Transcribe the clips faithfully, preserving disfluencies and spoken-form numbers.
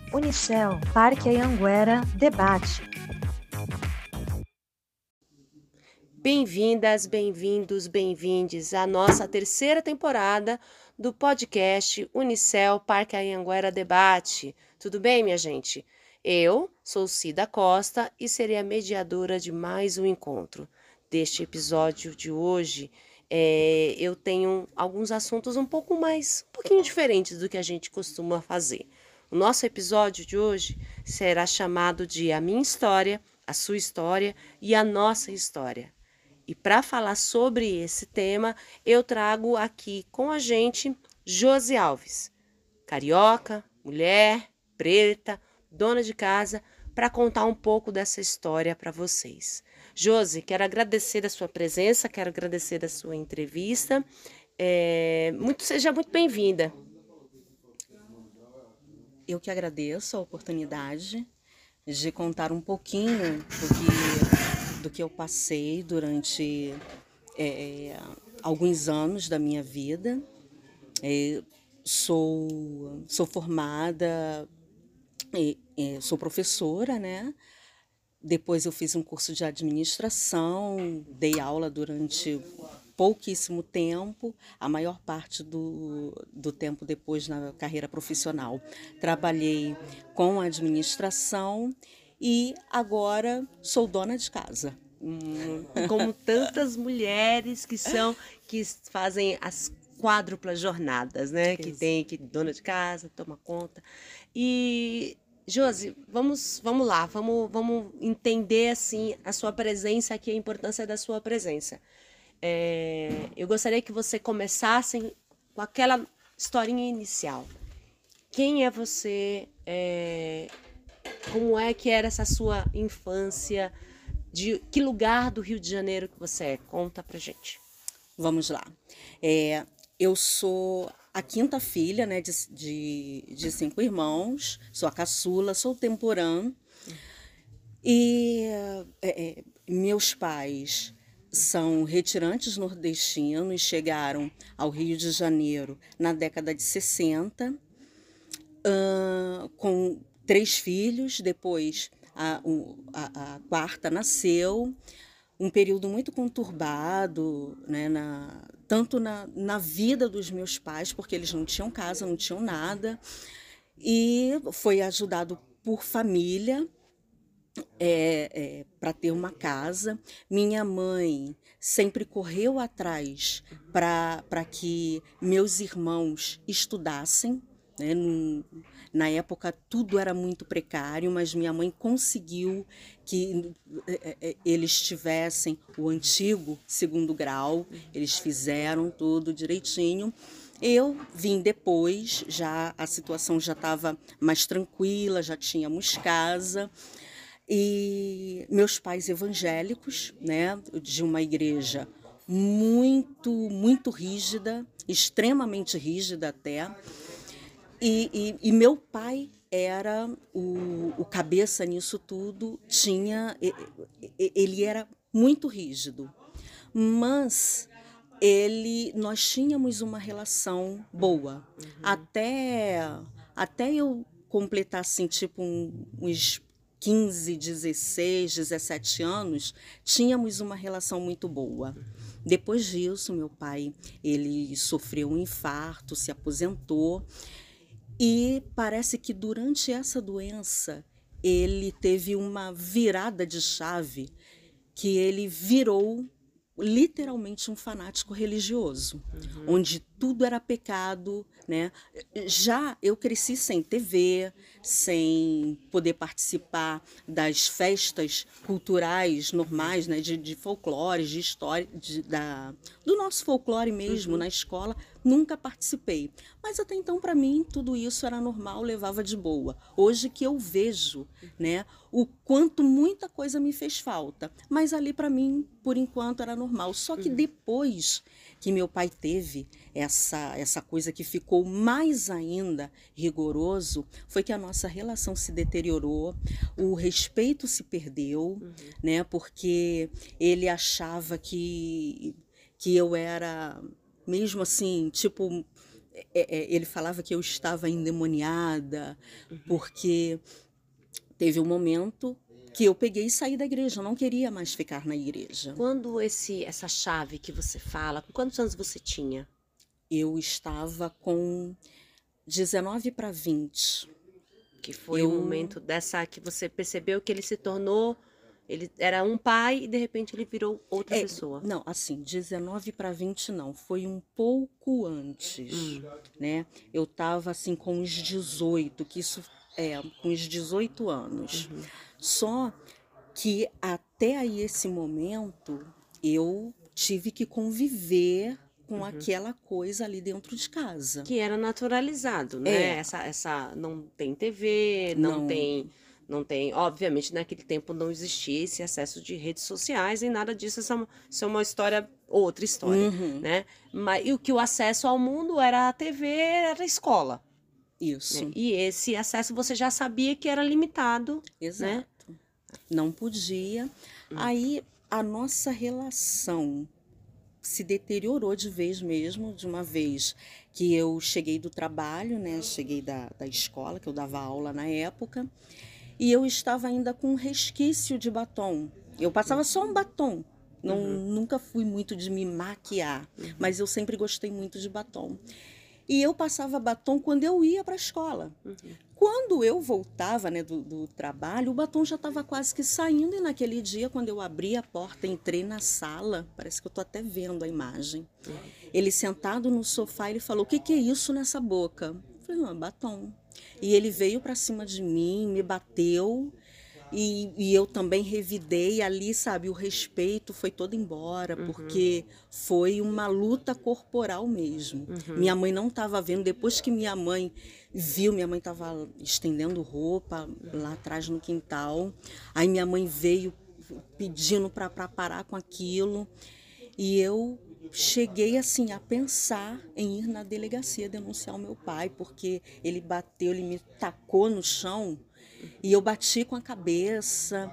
Unicel, Parque Anhanguera, debate. Bem-vindas, bem-vindos, bem-vindes à nossa terceira temporada do podcast Unicel Parque Anhanguera Debate. Tudo bem, minha gente? Eu sou Cida Costa e serei a mediadora de mais um encontro. Deste episódio de hoje, é, eu tenho alguns assuntos um pouco mais, um pouquinho diferentes do que a gente costuma fazer. O nosso episódio de hoje será chamado de A Minha História, a Sua História e a Nossa História. E para falar sobre esse tema, eu trago aqui com a gente Josi Alves, carioca, mulher, preta, dona de casa, para contar um pouco dessa história para vocês. Josi, quero agradecer a sua presença, quero agradecer a sua entrevista. É, muito, seja muito bem-vinda. Eu que agradeço a oportunidade de contar um pouquinho do que, do que eu passei durante é, alguns anos da minha vida. É, sou, sou formada, é, é, sou professora, né? Depois eu fiz um curso de administração, dei aula durante pouquíssimo tempo, a maior parte do, do tempo depois na carreira profissional. Trabalhei com administração e agora sou dona de casa. Hum, como tantas mulheres que são, que fazem as quádruplas jornadas, né? Que tem que dona de casa, toma conta. E Josi, vamos, vamos lá, vamos, vamos entender assim a sua presença aqui, a importância da sua presença. É, eu gostaria que você começasse com aquela historinha inicial. Quem é você? É, como é que era essa sua infância? De que lugar do Rio de Janeiro que você é? Conta pra gente. Vamos lá. É, eu sou a quinta filha, né, de, de, de cinco irmãos, sou a caçula, sou temporã. E é, é, meus pais são retirantes nordestinos, chegaram ao Rio de Janeiro na década de sessenta, uh, com três filhos, depois a, a, a quarta nasceu, um período muito conturbado, né, na, tanto na, na vida dos meus pais, porque eles não tinham casa, não tinham nada, e foi ajudado por família, É, é, para ter uma casa. Minha mãe sempre correu atrás para que meus irmãos estudassem, né? Num, na época tudo era muito precário, mas minha mãe conseguiu que é, é, eles tivessem o antigo segundo grau, eles fizeram tudo direitinho. Eu vim depois, já a situação já estava mais tranquila, já tínhamos casa. E meus pais evangélicos, né, de uma igreja muito, muito rígida, extremamente rígida até. E, e, e meu pai era o, o cabeça nisso tudo, tinha, ele era muito rígido, mas ele, nós tínhamos uma relação boa, uhum. até, até eu completar assim, tipo um, uns quinze, dezesseis, dezessete anos, tínhamos uma relação muito boa. Depois disso, meu pai, ele sofreu um infarto, se aposentou, e parece que durante essa doença ele teve uma virada de chave, que ele virou literalmente um fanático religioso, uhum. onde tudo era pecado, né? Já eu cresci sem T V, sem poder participar das festas culturais normais, né? de, de folclore, de história, de, da, do nosso folclore mesmo, uhum. na escola, nunca participei. Mas até então, para mim, tudo isso era normal, levava de boa. Hoje que eu vejo, né, o quanto muita coisa me fez falta, mas ali para mim, por enquanto, era normal. Só que depois que meu pai teve essa, essa coisa que ficou mais ainda rigoroso, foi que a nossa relação se deteriorou, o respeito se perdeu, uhum. né, porque ele achava que, que eu era, mesmo assim, tipo... é, é, ele falava que eu estava endemoniada, porque teve um momento que eu peguei e saí da igreja, eu não queria mais ficar na igreja. Quando esse, essa chave que você fala, com quantos anos você tinha? Eu estava com dezenove para vinte. Que foi Eu- o momento dessa que você percebeu que ele se tornou, ele era um pai e de repente ele virou outra É, pessoa. Não, assim, dezenove para vinte não, foi um pouco antes, Hum. né? Eu estava assim com os dezoito, que isso é, com os dezoito anos. Uhum. Só que até aí esse momento eu tive que conviver com aquela coisa ali dentro de casa. Que era naturalizado, né? É. Essa, essa não tem T V, não, Não. tem, não tem, obviamente naquele tempo não existia esse acesso de redes sociais e nada disso. Isso é uma, isso é uma história, outra história, Uhum. né? Mas e o que o acesso ao mundo era a T V, era a escola, Isso, né? E esse acesso você já sabia que era limitado, exato. né? Não podia. Aí a nossa relação se deteriorou de vez mesmo, de uma vez que eu cheguei do trabalho, né? Cheguei da, da escola, que eu dava aula na época, e eu estava ainda com um resquício de batom. Eu passava só um batom. Não, Nunca fui muito de me maquiar, mas eu sempre gostei muito de batom. E eu passava batom quando eu ia para a escola. Quando eu voltava, né, do, do trabalho, o batom já estava quase que saindo. E naquele dia, quando eu abri a porta, entrei na sala, parece que eu estou até vendo a imagem. Ele sentado no sofá, ele falou: "O que, que é isso nessa boca?" Eu falei: "Não, é batom." E ele veio para cima de mim, me bateu. E, e eu também revidei ali, sabe? O respeito foi todo embora, porque foi uma luta corporal mesmo. Minha mãe não estava vendo. Depois que minha mãe viu, minha mãe estava estendendo roupa lá atrás no quintal. Aí minha mãe veio pedindo para parar com aquilo. E eu cheguei assim a pensar em ir na delegacia denunciar o meu pai, porque ele bateu, ele me tacou no chão. E eu bati com a cabeça.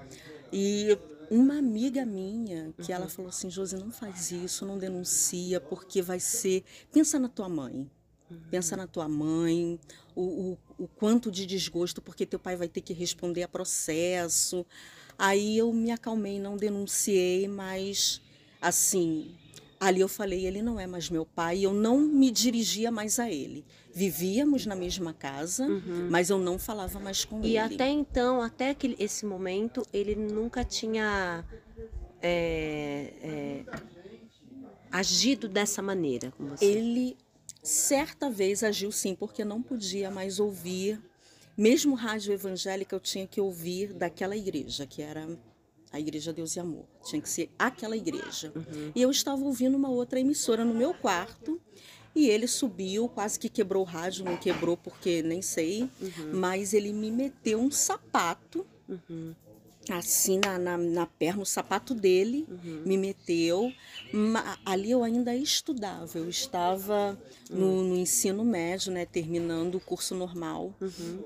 E uma amiga minha, que ela falou assim: "Josi, não faz isso, não denuncia, porque vai ser... Pensa na tua mãe. Pensa na tua mãe, o, o, o quanto de desgosto, porque teu pai vai ter que responder a processo." Aí eu me acalmei, não denunciei, mas assim... Ali eu falei: ele não é mais meu pai, e eu não me dirigia mais a ele. Vivíamos na mesma casa, mas eu não falava mais com E ele. até então, até aquele, esse momento, ele nunca tinha é, é, agido dessa maneira com você. Ele certa vez agiu sim, porque não podia mais ouvir, mesmo rádio evangélica eu tinha que ouvir daquela igreja, que era a Igreja Deus e Amor. Tinha que ser aquela igreja. E eu estava ouvindo uma outra emissora no meu quarto, e ele subiu, quase que quebrou o rádio, não quebrou porque nem sei, mas ele me meteu um sapato, assim na, na, na perna, o sapato dele, me meteu. Ma- ali eu ainda estudava, eu estava no, no ensino médio, né, terminando o curso normal.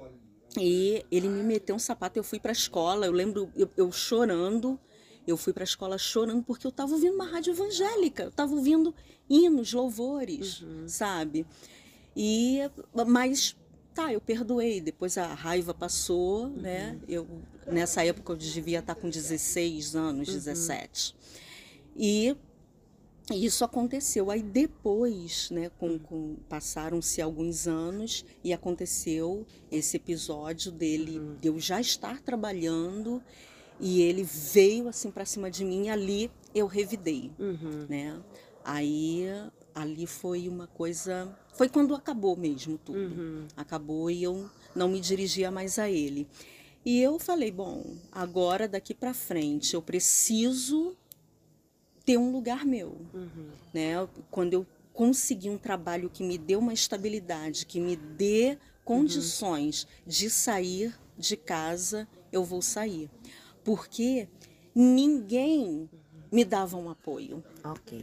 E ele me meteu um sapato, eu fui para a escola, eu lembro eu, eu chorando, eu fui para a escola chorando porque eu estava ouvindo uma rádio evangélica, eu estava ouvindo hinos, louvores, sabe? E, mas, tá, eu perdoei, depois a raiva passou, né? Eu, nessa época eu devia estar com dezesseis anos, dezessete. E isso aconteceu. Aí depois, né, com, com, passaram-se alguns anos e aconteceu esse episódio dele, de eu já estar trabalhando e ele veio assim para cima de mim, e ali eu revidei, né? Aí ali foi uma coisa, foi quando acabou mesmo tudo. Acabou e eu não me dirigia mais a ele. E eu falei: bom, agora daqui para frente eu preciso ter um lugar meu, né? Quando eu conseguir um trabalho que me dê uma estabilidade, que me dê condições de sair de casa, eu vou sair. Porque ninguém me dava um apoio. Ok.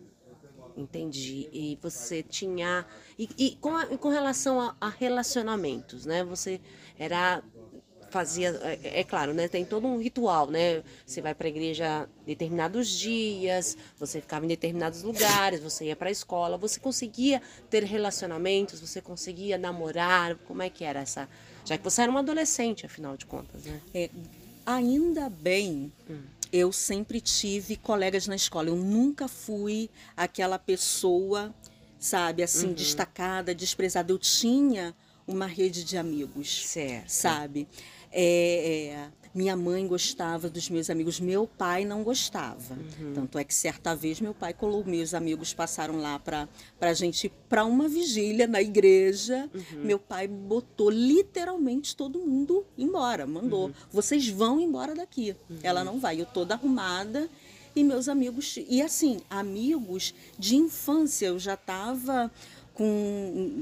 Entendi. E você tinha... E, e com, a- com relação a, a relacionamentos, né? Você era fazia, é, é claro, né? Tem todo um ritual, né? Você vai para a igreja determinados dias, você ficava em determinados lugares, você ia para a escola, você conseguia ter relacionamentos, você conseguia namorar, como é que era essa? Já que você era uma adolescente, afinal de contas, né? É, ainda bem, hum. eu sempre tive colegas na escola. Eu nunca fui aquela pessoa, sabe, assim, uhum. destacada, desprezada. Eu tinha uma rede de amigos, certo. sabe? É, é, minha mãe gostava dos meus amigos, meu pai não gostava. Uhum. Tanto é que certa vez meu pai colou, meus amigos passaram lá para a gente ir para uma vigília na igreja. Uhum. Meu pai botou literalmente todo mundo embora, mandou. Uhum. Vocês vão embora daqui. Uhum. Ela não vai, eu toda arrumada. E meus amigos, e assim, amigos de infância, eu já estava com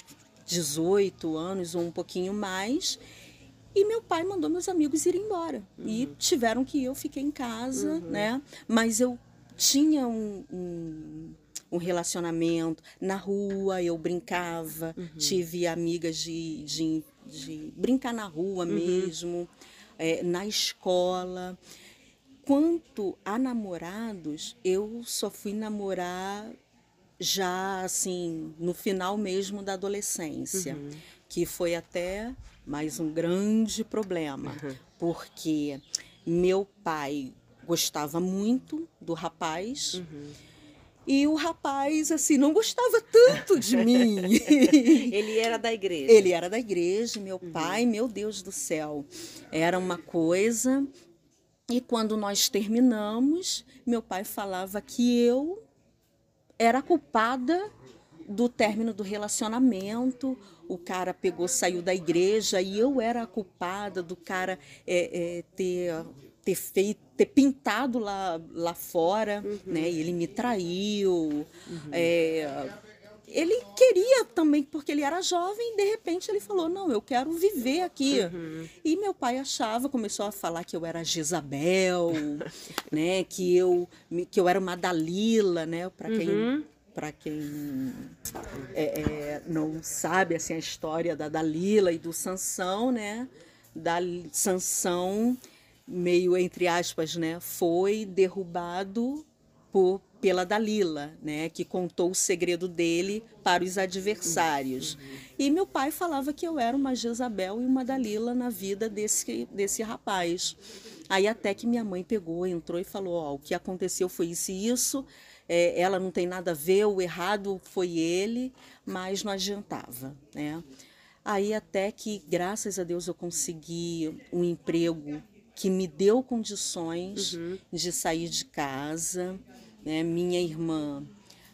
dezoito anos ou um pouquinho mais, e meu pai mandou meus amigos ir embora. Uhum. E tiveram que ir, eu fiquei em casa, uhum. né? Mas eu tinha um, um, um relacionamento. Na rua eu brincava, uhum. tive amigas de, de, de brincar na rua uhum. mesmo, é, na escola. Quanto a namorados, eu só fui namorar já assim no final mesmo da adolescência, uhum. que foi até mais um grande problema, uhum. porque meu pai gostava muito do rapaz, uhum. e o rapaz assim não gostava tanto de mim. Ele era da igreja. Ele era da igreja, meu uhum. pai, meu Deus do céu, era uma coisa. E quando nós terminamos, meu pai falava que eu era culpada do término do relacionamento. O cara pegou, saiu da igreja, e eu era a culpada do cara é, é, ter, ter feito, ter pintado lá, lá fora, uhum. né? E ele me traiu. Uhum. É, ele queria também, porque ele era jovem, e de repente ele falou, não, eu quero viver aqui. Uhum. E meu pai achava, começou a falar que eu era Jezabel, né? Que eu, que eu era uma Dalila, né? Para quem, uhum. para quem é, é, não sabe assim, a história da Dalila e do Sansão, né? Da Sansão, meio entre aspas, né? Foi derrubado por pela Dalila, né, que contou o segredo dele para os adversários. Uhum. E meu pai falava que eu era uma Jezabel e uma Dalila na vida desse, desse rapaz. Aí até que minha mãe pegou, entrou e falou, ó, o que aconteceu foi isso e isso, é, ela não tem nada a ver, o errado foi ele, mas não adiantava, né? Aí até que, graças a Deus, eu consegui um emprego que me deu condições uhum. de sair de casa. Né? Minha irmã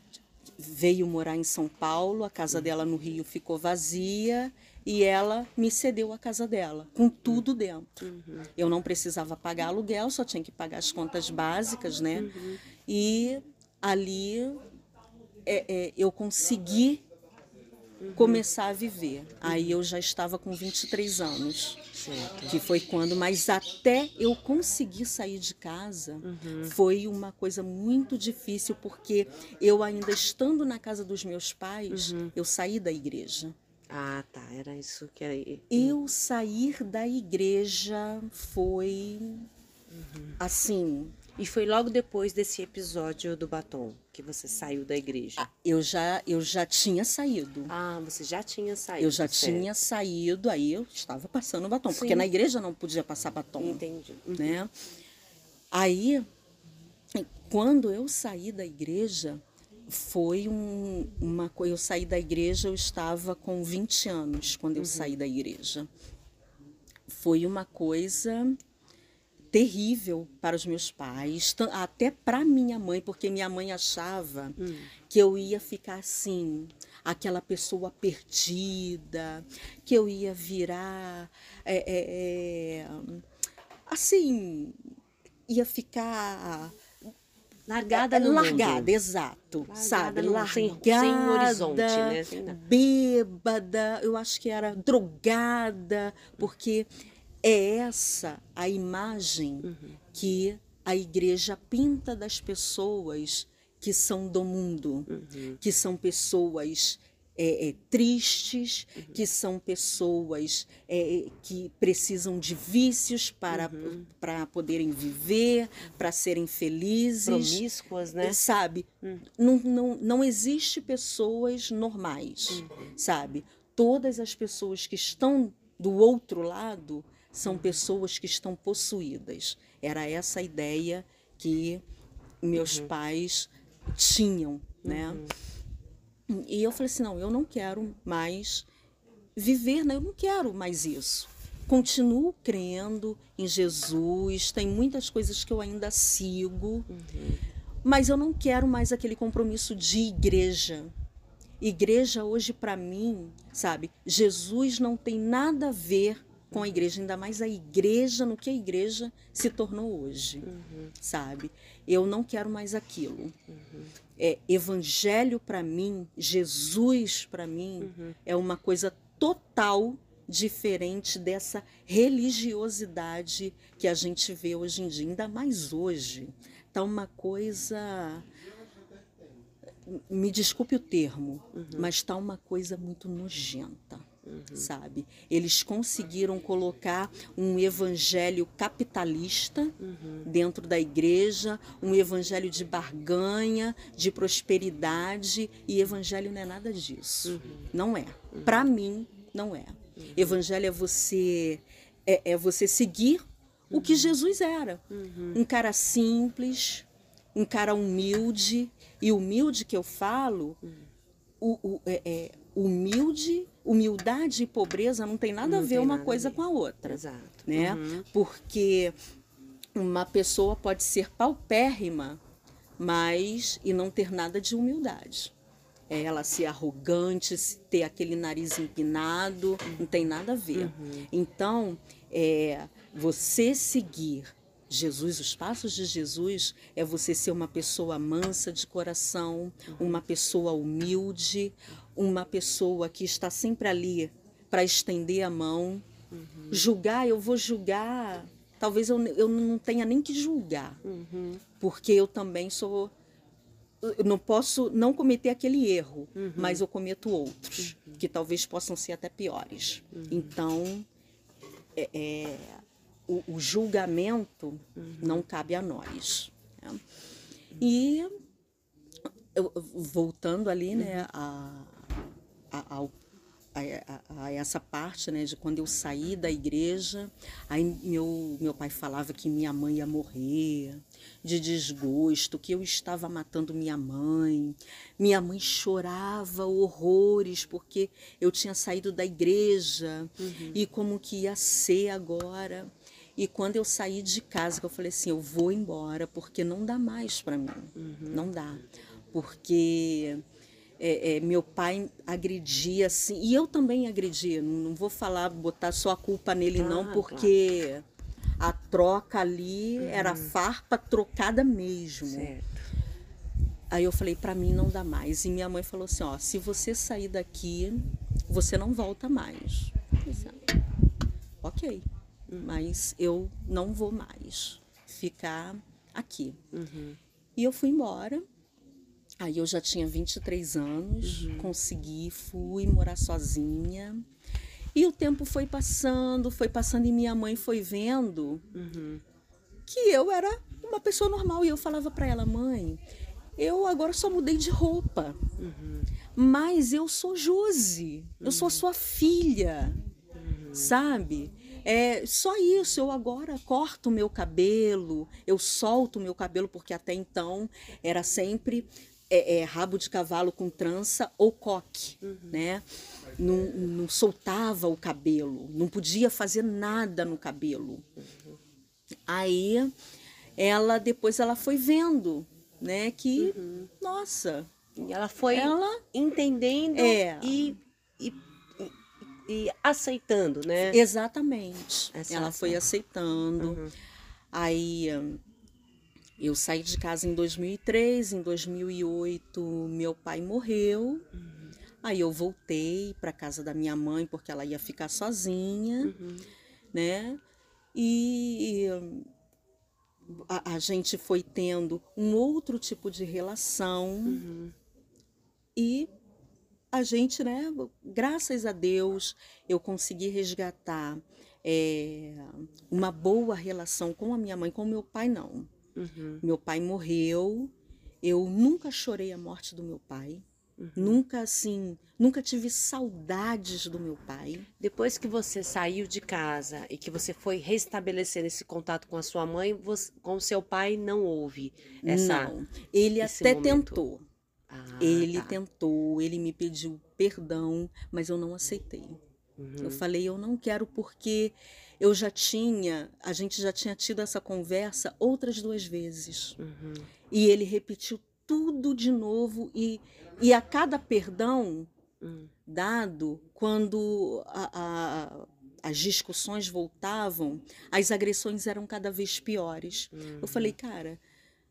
veio morar em São Paulo, a casa uhum. dela no Rio ficou vazia e ela me cedeu a casa dela, com tudo dentro. Uhum. Eu não precisava pagar aluguel, só tinha que pagar as contas básicas, né? Uhum. E ali é, é, eu consegui uhum. começar a viver. Uhum. Aí eu já estava com vinte e três anos. Certo. Que foi quando, mas até eu conseguir sair de casa, uhum. foi uma coisa muito difícil, porque eu ainda estando na casa dos meus pais, uhum. eu saí da igreja. Ah, tá, era isso que era. Eu sair da igreja foi uhum. assim. E foi logo depois desse episódio do batom que você saiu da igreja? Ah, eu já, eu já tinha saído. Ah, você já tinha saído. Eu já certo. tinha saído, aí eu estava passando batom, Sim. porque na igreja não podia passar batom. Entendi. Uhum. Né? Aí, quando eu saí da igreja, foi um, uma coisa. Eu saí da igreja, eu estava com vinte anos quando eu uhum. saí da igreja. Foi uma coisa terrível para os meus pais, até para minha mãe, porque minha mãe achava hum. que eu ia ficar assim, aquela pessoa perdida, que eu ia virar, é, é, é, assim, ia ficar largada é, no largada, mundo. exato, largada sabe, no, largada, sem, sem horizonte, né? Sem nada. Bêbada, eu acho que era drogada, porque é essa a imagem uhum. que a igreja pinta das pessoas que são do mundo, uhum. que são pessoas é, é, tristes, uhum. que são pessoas é, que precisam de vícios para, uhum. para poderem viver, para serem felizes. Promíscuas, né? Sabe? Uhum. Não, não, não existe pessoas normais, uhum. sabe? Todas as pessoas que estão do outro lado são uhum. pessoas que estão possuídas. Era essa a ideia que meus uhum. pais tinham, né? Uhum. E eu falei assim, não, eu não quero mais viver, né? Eu não quero mais isso. Continuo crendo em Jesus, tem muitas coisas que eu ainda sigo, uhum. mas eu não quero mais aquele compromisso de igreja. Igreja hoje para mim, sabe, Jesus não tem nada a ver com a igreja, ainda mais a igreja, no que a igreja se tornou hoje, uhum. sabe? Eu não quero mais aquilo. Uhum. É, evangelho para mim, Jesus para mim, uhum. é uma coisa total diferente dessa religiosidade que a gente vê hoje em dia. Ainda mais hoje, tá uma coisa... Me desculpe o termo, uhum. mas está uma coisa muito nojenta, uhum. sabe? Eles conseguiram colocar um evangelho capitalista uhum. dentro da igreja, um evangelho de barganha, de prosperidade, e evangelho não é nada disso. Uhum. Não é. Uhum. Para mim, não é. Uhum. Evangelho é você, é, é você seguir uhum. o que Jesus era. Uhum. Um cara simples, um cara humilde. E humilde que eu falo, hum. o, o, é, é, humilde, humildade e pobreza não tem nada não a ver uma coisa a com a outra. Exato. Né? Uhum. Porque uma pessoa pode ser paupérrima, mas e não ter nada de humildade. É ela ser arrogante, ter aquele nariz empinado, uhum. não tem nada a ver. Uhum. Então, é, você seguir Jesus, os passos de Jesus, é você ser uma pessoa mansa de coração, uhum. uma pessoa humilde, uma pessoa que está sempre ali para estender a mão. Uhum. Julgar, eu vou julgar, talvez eu, eu não tenha nem que julgar, uhum. porque eu também sou... Eu não posso não cometer aquele erro, uhum. mas eu cometo outros, uhum. que talvez possam ser até piores. Uhum. Então, é... é O, o julgamento uhum. não cabe a nós. Né? E eu, voltando ali, uhum. né, a, a, a, a, a essa parte, né, de quando eu saí da igreja, aí meu, meu pai falava que minha mãe ia morrer, de desgosto, que eu estava matando minha mãe. Minha mãe chorava horrores porque eu tinha saído da igreja uhum. e como que ia ser agora. E quando eu saí de casa, que eu falei assim, eu vou embora, porque não dá mais para mim, uhum. não dá. Porque é, é, meu pai agredia assim, e eu também agredia, não, não vou falar, botar só a culpa nele ah, não, porque claro. A troca ali uhum. era farpa trocada mesmo. Certo. Aí eu falei, para mim não dá mais. E minha mãe falou assim, ó, se você sair daqui, você não volta mais. Eu disse, ok. Mas eu não vou mais ficar aqui. Uhum. E eu fui embora. Aí eu já tinha vinte e três anos, uhum. consegui, fui morar sozinha. E o tempo foi passando, foi passando e minha mãe foi vendo uhum. que eu era uma pessoa normal. E eu falava para ela, mãe, eu agora só mudei de roupa. Uhum. Mas eu sou Josi, uhum. eu sou a sua filha, uhum. sabe? É só isso, eu agora corto o meu cabelo, eu solto o meu cabelo, porque até então era sempre é, é, rabo de cavalo com trança ou coque, uhum. né? Não, não soltava o cabelo, não podia fazer nada no cabelo. Uhum. Aí, ela depois ela foi vendo, né, que, uhum. nossa... E ela foi ela, entendendo é, e... e... E aceitando, né? Exatamente. Essa ela ação. foi aceitando. Uhum. Aí eu saí de casa em dois mil e três, em dois mil e oito meu pai morreu. Uhum. Aí eu voltei para casa da minha mãe porque ela ia ficar sozinha, uhum. né? E a, a gente foi tendo um outro tipo de relação uhum. e a gente, né, graças a Deus, eu consegui resgatar é, uma boa relação com a minha mãe. Com o meu pai, não. Uhum. Meu pai morreu, eu nunca chorei a morte do meu pai. Uhum. Nunca, assim, nunca tive saudades do meu pai. Depois que você saiu de casa e que você foi restabelecer esse contato com a sua mãe, você, com o seu pai não houve essa Não, ele esse até momento. tentou. Ah, ele tá. tentou, ele me pediu perdão, mas eu não aceitei. Uhum. Eu falei, eu não quero, porque eu já tinha, a gente já tinha tido essa conversa outras duas vezes. Uhum. E ele repetiu tudo de novo, e, e a cada perdão Uhum. dado, quando a, a, as discussões voltavam, as agressões eram cada vez piores. Uhum. Eu falei, cara,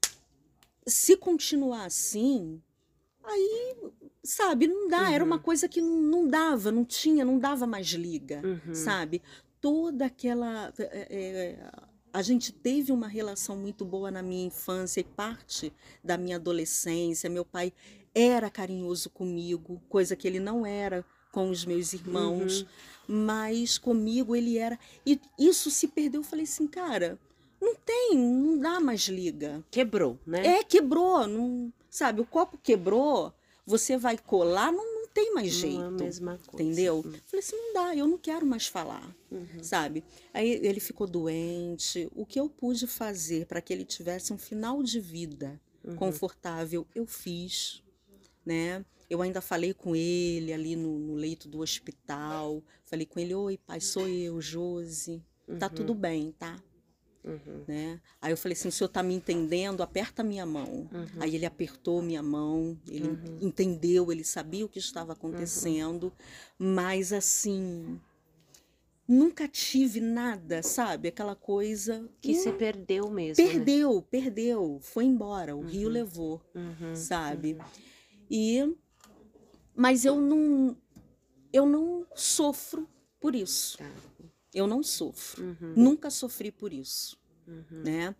se continuar assim, aí, sabe, não dá. Uhum. Era uma coisa que não, não dava, não tinha, não dava mais liga, uhum. sabe? Toda aquela... É, é, a gente teve uma relação muito boa na minha infância e parte da minha adolescência. Meu pai era carinhoso comigo, coisa que ele não era com os meus irmãos, uhum. mas comigo ele era... E isso se perdeu. Eu falei assim, cara, não tem, não dá mais liga. Quebrou, né? É, quebrou, não... Sabe, o copo quebrou, você vai colar, não, não tem mais jeito. Não é a mesma coisa. Entendeu? Uhum. Falei assim, não dá, eu não quero mais falar, uhum. sabe? Aí ele ficou doente. O que eu pude fazer para que ele tivesse um final de vida uhum. confortável, eu fiz, né? Eu ainda falei com ele ali no, no leito do hospital. Falei com ele, oi pai, sou eu, Josi. Uhum. Tá tudo bem, tá? Uhum. Né? Aí eu falei assim, o senhor tá me entendendo? Aperta minha mão. Uhum. Aí ele apertou minha mão, ele uhum. entendeu, ele sabia o que estava acontecendo, uhum. mas assim, nunca tive nada, sabe? Aquela coisa... Que hum, se perdeu mesmo, Perdeu, né? perdeu, foi embora, o uhum. rio levou, uhum. sabe? Uhum. E, mas eu não, eu não sofro por isso. Tá. Eu não sofro, uhum. nunca sofri por isso, uhum. né?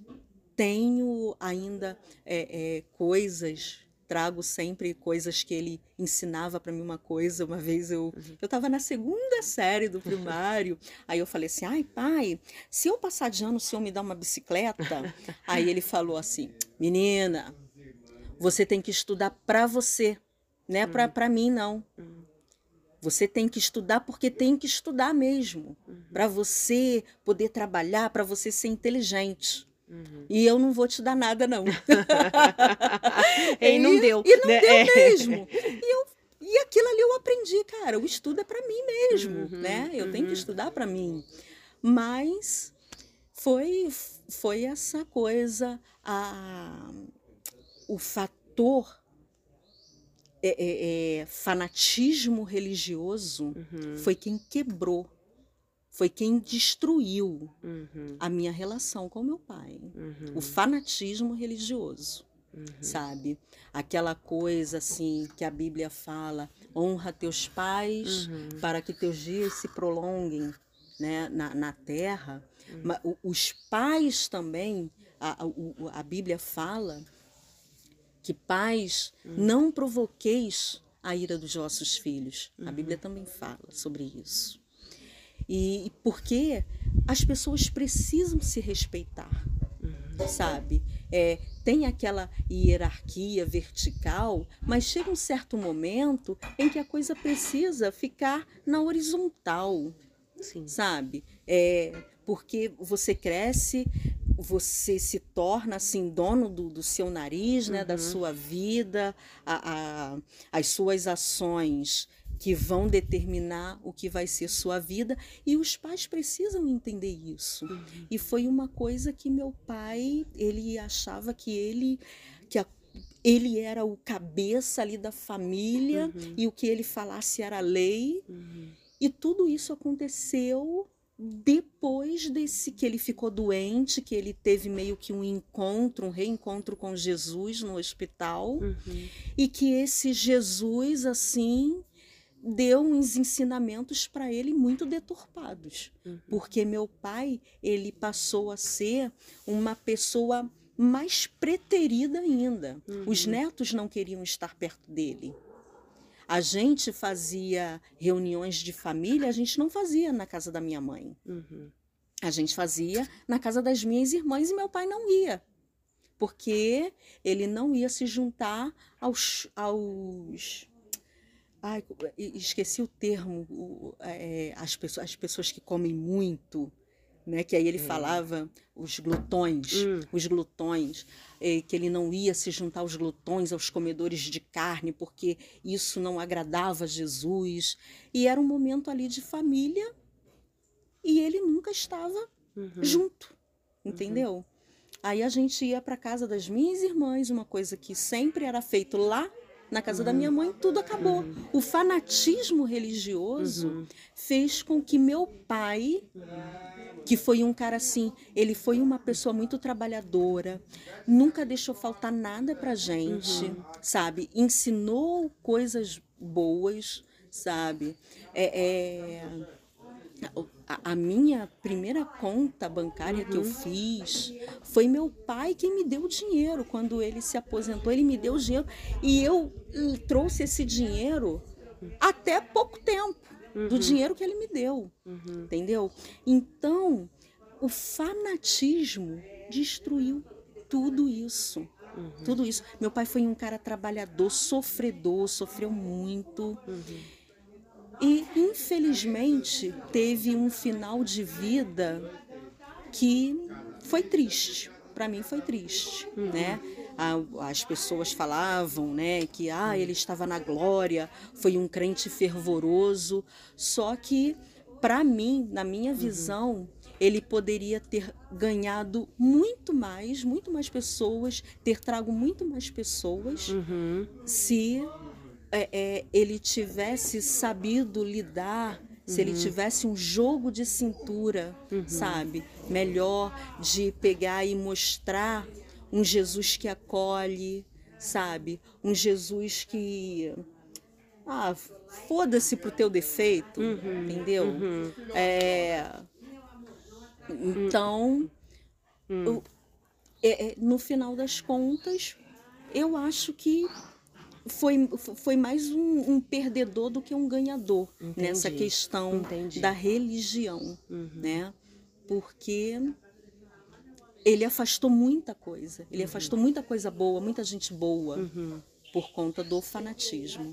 Tenho ainda é, é, coisas, trago sempre coisas que ele ensinava para mim. Uma coisa, uma vez eu uhum. eu estava na segunda série do primário, aí eu falei assim, ai pai, se eu passar de ano o senhor me dá uma bicicleta? Aí ele falou assim, menina, você tem que estudar para você, não é uhum. para para mim não. Uhum. Você tem que estudar porque tem que estudar mesmo. Uhum. Para você poder trabalhar, para você ser inteligente. Uhum. E eu não vou te dar nada, não. E não deu. E não né? deu mesmo. E, eu, e aquilo ali eu aprendi, cara. O estudo é para mim mesmo, uhum. né? Eu uhum. tenho que estudar para mim. Mas foi, foi essa coisa, a, o fator... É, é, é, fanatismo religioso uhum. foi quem quebrou, foi quem destruiu uhum. a minha relação com meu pai. Uhum. O fanatismo religioso, uhum. sabe? Aquela coisa assim que a Bíblia fala, honra teus pais uhum. para que teus dias se prolonguem, né, na, na terra. Uhum. Mas, o, os pais também, a, a, a Bíblia fala... que pais, uhum. não provoqueis a ira dos vossos filhos. Uhum. A Bíblia também fala sobre isso. E porque as pessoas precisam se respeitar, uhum. sabe? É, tem aquela hierarquia vertical, mas chega um certo momento em que a coisa precisa ficar na horizontal, Sim. sabe? É, porque você cresce... você se torna assim dono do, do seu nariz, né, uhum. da sua vida, a, a, as suas ações que vão determinar o que vai ser sua vida, e os pais precisam entender isso. Uhum. E foi uma coisa que meu pai, ele achava que ele, que a, ele era o cabeça ali da família, uhum. e o que ele falasse era lei, uhum. e tudo isso aconteceu depois desse que ele ficou doente, que ele teve meio que um encontro, um reencontro com Jesus no hospital, uhum. e que esse Jesus, assim, deu uns ensinamentos para ele muito deturpados, uhum. porque meu pai, ele passou a ser uma pessoa mais preterida ainda. Uhum. Os netos não queriam estar perto dele. A gente fazia reuniões de família, a gente não fazia na casa da minha mãe. Uhum. A gente fazia na casa das minhas irmãs e meu pai não ia. Porque ele não ia se juntar aos... aos ai, esqueci o termo. O, é, as, pessoas, as pessoas que comem muito... Né, que aí ele falava os glutões, Hum. os glutões, eh, que ele não ia se juntar aos glutões, aos comedores de carne, porque isso não agradava a Jesus. E era um momento ali de família e ele nunca estava Uhum. junto, entendeu? Uhum. Aí a gente ia para casa das minhas irmãs, uma coisa que sempre era feito lá na casa uhum. da minha mãe, tudo acabou. Uhum. O fanatismo religioso uhum. fez com que meu pai... que foi um cara assim, ele foi uma pessoa muito trabalhadora, nunca deixou faltar nada pra gente, uhum. sabe? Ensinou coisas boas, sabe? É, é, a, a minha primeira conta bancária uhum. que eu fiz foi meu pai quem me deu o dinheiro. Quando ele se aposentou, ele me deu o dinheiro e eu trouxe esse dinheiro até pouco tempo. Uhum. Do dinheiro que ele me deu, uhum. entendeu? Então, o fanatismo destruiu tudo isso, uhum. tudo isso. Meu pai foi um cara trabalhador, sofredor, sofreu muito. Uhum. E, infelizmente, teve um final de vida que foi triste. Para mim foi triste, uhum. né? As pessoas falavam, né, que ah, ele estava na glória, foi um crente fervoroso. Só que, para mim, na minha visão, uhum. ele poderia ter ganhado muito mais, muito mais pessoas, ter trago muito mais pessoas, uhum. se é, é, ele tivesse sabido lidar, se uhum. ele tivesse um jogo de cintura, uhum. sabe, melhor de pegar e mostrar um Jesus que acolhe, sabe, um Jesus que, ah, foda-se pro teu defeito, uhum. entendeu? Uhum. É, então, uhum. eu, é, no final das contas, eu acho que Foi, foi mais um, um perdedor do que um ganhador. Entendi. Nessa questão Entendi. Da religião, uhum. né? Porque ele afastou muita coisa, ele uhum. afastou muita coisa boa, muita gente boa, uhum. por conta do fanatismo.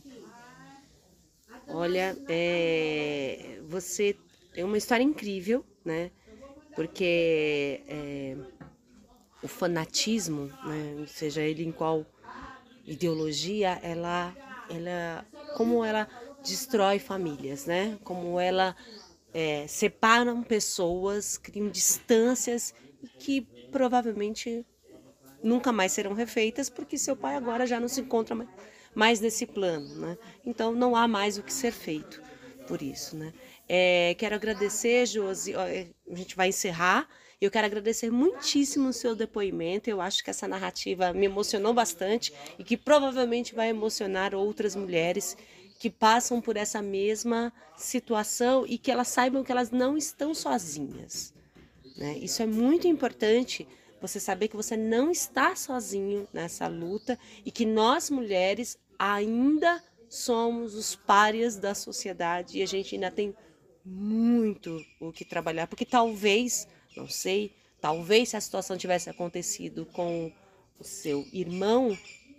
Olha, é, você tem uma história incrível, né? Porque é, o fanatismo, né, seja ele em qual ideologia, ela, ela, como ela destrói famílias, né? Como ela é, separa pessoas, cria distâncias que provavelmente nunca mais serão refeitas, porque seu pai agora já não se encontra mais nesse plano, né? Então não há mais o que ser feito por isso, né? É, quero agradecer, Josi, a gente vai encerrar. Eu quero agradecer muitíssimo o seu depoimento. Eu acho que essa narrativa me emocionou bastante e que provavelmente vai emocionar outras mulheres que passam por essa mesma situação e que elas saibam que elas não estão sozinhas, né? Isso é muito importante, você saber que você não está sozinho nessa luta e que nós mulheres ainda somos os párias da sociedade e a gente ainda tem muito o que trabalhar, porque talvez, não sei, talvez se a situação tivesse acontecido com o seu irmão,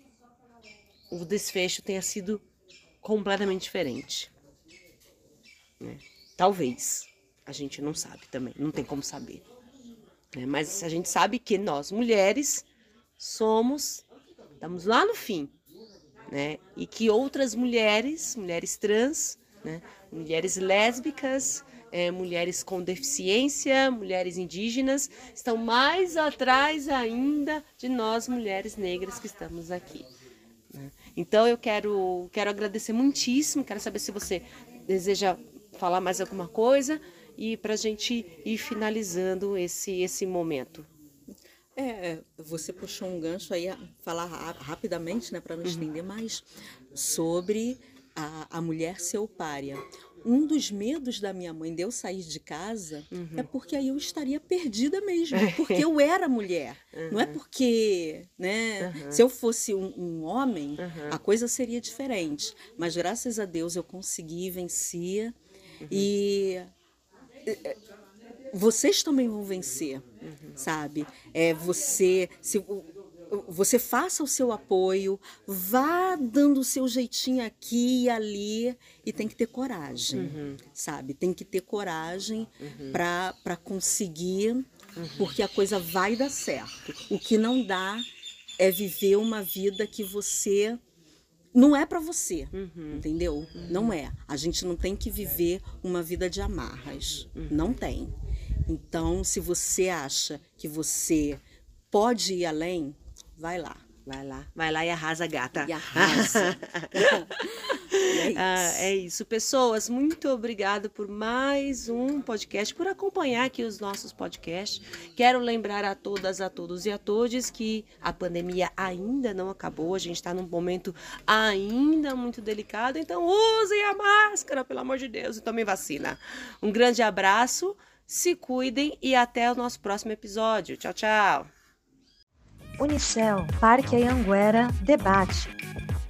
o desfecho tenha sido completamente diferente, né? Talvez, a gente não sabe também, não tem como saber, né? Mas a gente sabe que nós mulheres somos, estamos lá no fim, né? E que outras mulheres, mulheres trans, né? Mulheres lésbicas, é, mulheres com deficiência, mulheres indígenas, estão mais atrás ainda de nós mulheres negras que estamos aqui, né? Então eu quero, quero agradecer muitíssimo, quero saber se você deseja falar mais alguma coisa e para a gente ir finalizando esse, esse momento. É, você puxou um gancho aí, a falar rapidamente, né, para não estender mais, sobre a, a mulher ser o pária. um dos medos da minha mãe de eu sair de casa Uhum. é porque aí eu estaria perdida mesmo, porque eu era mulher. Uhum. Não é porque, né, Uhum. se eu fosse um, um homem, Uhum. a coisa seria diferente. Mas graças a Deus eu consegui, venci. Uhum. E vocês também vão vencer, uhum. sabe? É você, se você faça o seu apoio, vá dando o seu jeitinho aqui e ali, e tem que ter coragem, uhum. sabe? Tem que ter coragem uhum. para para conseguir, uhum. porque a coisa vai dar certo. O que não dá é viver uma vida que você não é para você, uhum. entendeu? Uhum. Não é. A gente não tem que viver uma vida de amarras, uhum. não tem. Então, se você acha que você pode ir além, vai lá. Vai lá. Vai lá e arrasa, gata. E arrasa. é, isso. Ah, é isso. Pessoas, muito obrigado por mais um podcast, por acompanhar aqui os nossos podcasts. Quero lembrar a todas, a todos e a todes que a pandemia ainda não acabou. A gente está num momento ainda muito delicado. Então, usem a máscara, pelo amor de Deus, e tomem vacina. Um grande abraço. Se cuidem e até o nosso próximo episódio. Tchau, tchau. Unicel, Parque Anhanguera, debate.